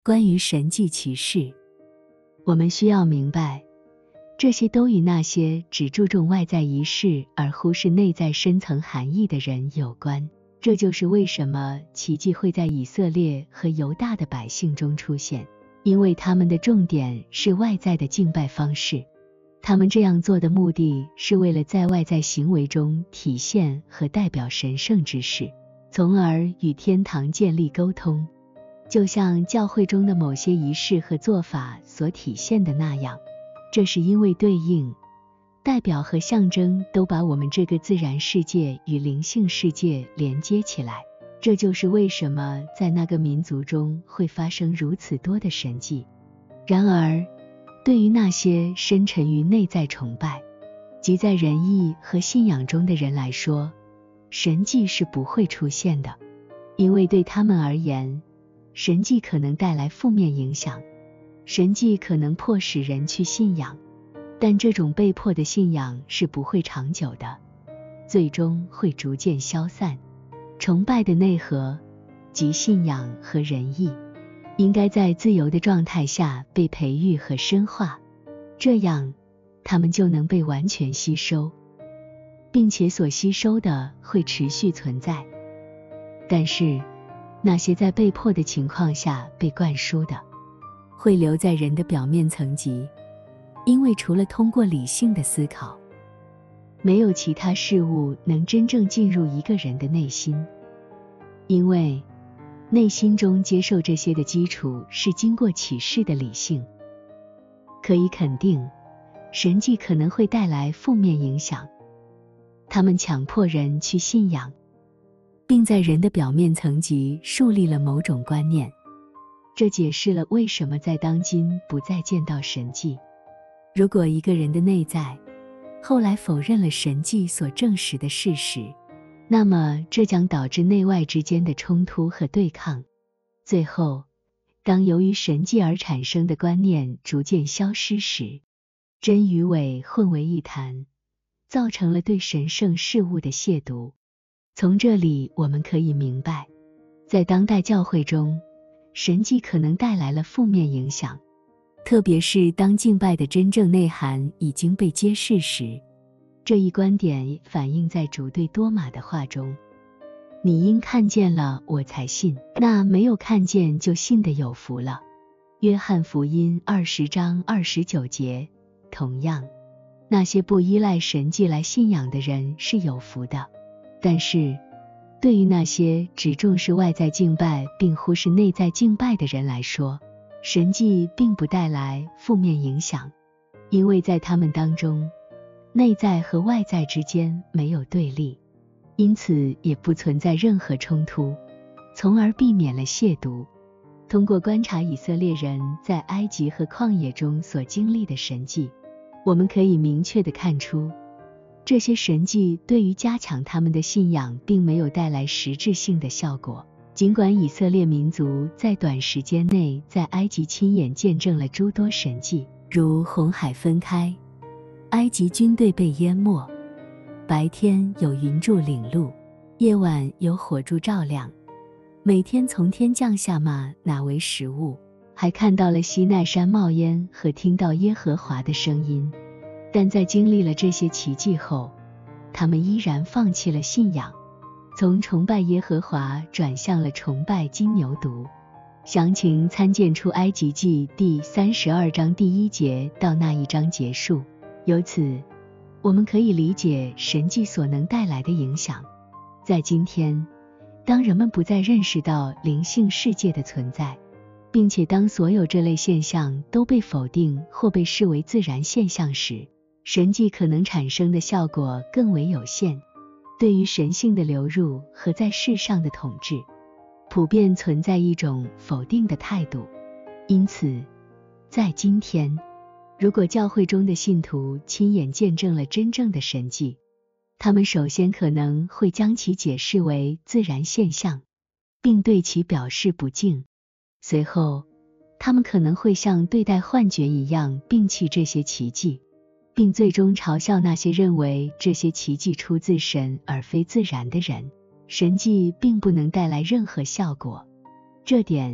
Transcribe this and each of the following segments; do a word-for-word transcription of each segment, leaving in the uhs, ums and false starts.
关于神迹奇事，我们需要明白，这些都与那些只注重外在仪式而忽视内在深层含义的人有关。这就是为什么奇迹会在以色列和犹大的百姓中出现，因为他们的重点是外在的敬拜方式。他们这样做的目的是为了在外在行为中体现和代表神圣之事，从而与天堂建立沟通。就像教会中的某些仪式和做法所体现的那样，这是因为对应、代表和象征都把我们这个自然世界与灵性世界连接起来。这就是为什么在那个民族中会发生如此多的神迹。然而，对于那些深沉于内在崇拜，即在仁义和信仰中的人来说，神迹是不会出现的，因为对他们而言，神迹可能带来负面影响，神迹可能迫使人去信仰，但这种被迫的信仰是不会长久的，最终会逐渐消散。崇拜的内核，即信仰和仁义，应该在自由的状态下被培育和深化，这样它们就能被完全吸收，并且所吸收的会持续存在。但是那些在被迫的情况下被灌输的，会留在人的表面层级，因为除了通过理性的思考，没有其他事物能真正进入一个人的内心。因为内心中接受这些的基础是经过启示的理性。可以肯定，神迹可能会带来负面影响，他们强迫人去信仰，并在人的表面层级树立了某种观念。这解释了为什么在当今不再见到神迹。如果一个人的内在后来否认了神迹所证实的事实，那么这将导致内外之间的冲突和对抗。最后，当由于神迹而产生的观念逐渐消失时，真与伪混为一谈，造成了对神圣事物的亵渎。从这里我们可以明白，在当代教会中，神迹可能带来了负面影响，特别是当敬拜的真正内涵已经被揭示时。这一观点反映在主对多马的话中：你因看见了我才信，那没有看见就信的有福了。约翰福音二十章二十九节。同样，那些不依赖神迹来信仰的人是有福的，但是对于那些只重视外在敬拜并忽视内在敬拜的人来说，神迹并不带来负面影响，因为在他们当中，内在和外在之间没有对立，因此也不存在任何冲突，从而避免了亵渎。通过观察以色列人在埃及和旷野中所经历的神迹，我们可以明确地看出，这些神迹对于加强他们的信仰并没有带来实质性的效果。尽管以色列民族在短时间内在埃及亲眼见证了诸多神迹，如红海分开，埃及军队被淹没，白天有云柱领路，夜晚有火柱照亮，每天从天降下吗哪为食物，还看到了西奈山冒烟和听到耶和华的声音。但在经历了这些奇迹后，他们依然放弃了信仰，从崇拜耶和华转向了崇拜金牛犊。详情参见出埃及记第三十二章第一节到那一章结束。由此，我们可以理解神迹所能带来的影响。在今天，当人们不再认识到灵性世界的存在，并且当所有这类现象都被否定或被视为自然现象时，神迹可能产生的效果更为有限。对于神性的流入和在世上的统治，普遍存在一种否定的态度。因此，在今天，如果教会中的信徒亲眼见证了真正的神迹，他们首先可能会将其解释为自然现象，并对其表示不敬。随后，他们可能会像对待幻觉一样摒弃这些奇迹，并最终嘲笑那些认为这些奇迹出自神而非自然的人。神迹并不能带来任何效果，这点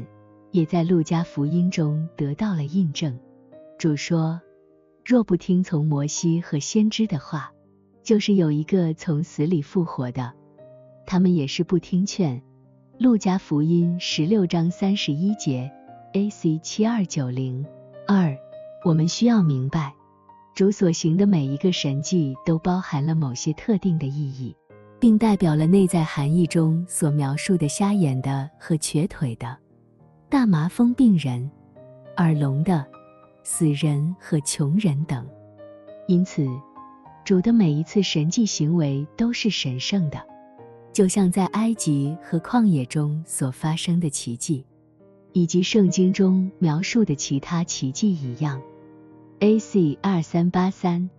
也在路加福音中得到了印证。主说，若不听从摩西和先知的话，就是有一个从死里复活的，他们也是不听劝。路加福音十六章三十一节 A C 七二九零。二，我们需要明白，主所行的每一个神迹都包含了某些特定的意义，并代表了内在含义中所描述的瞎眼的和瘸腿的、大麻风病人、耳聋的、死人和穷人等。因此，主的每一次神迹行为都是神圣的，就像在埃及和旷野中所发生的奇迹，以及圣经中描述的其他奇迹一样。A C 二三八三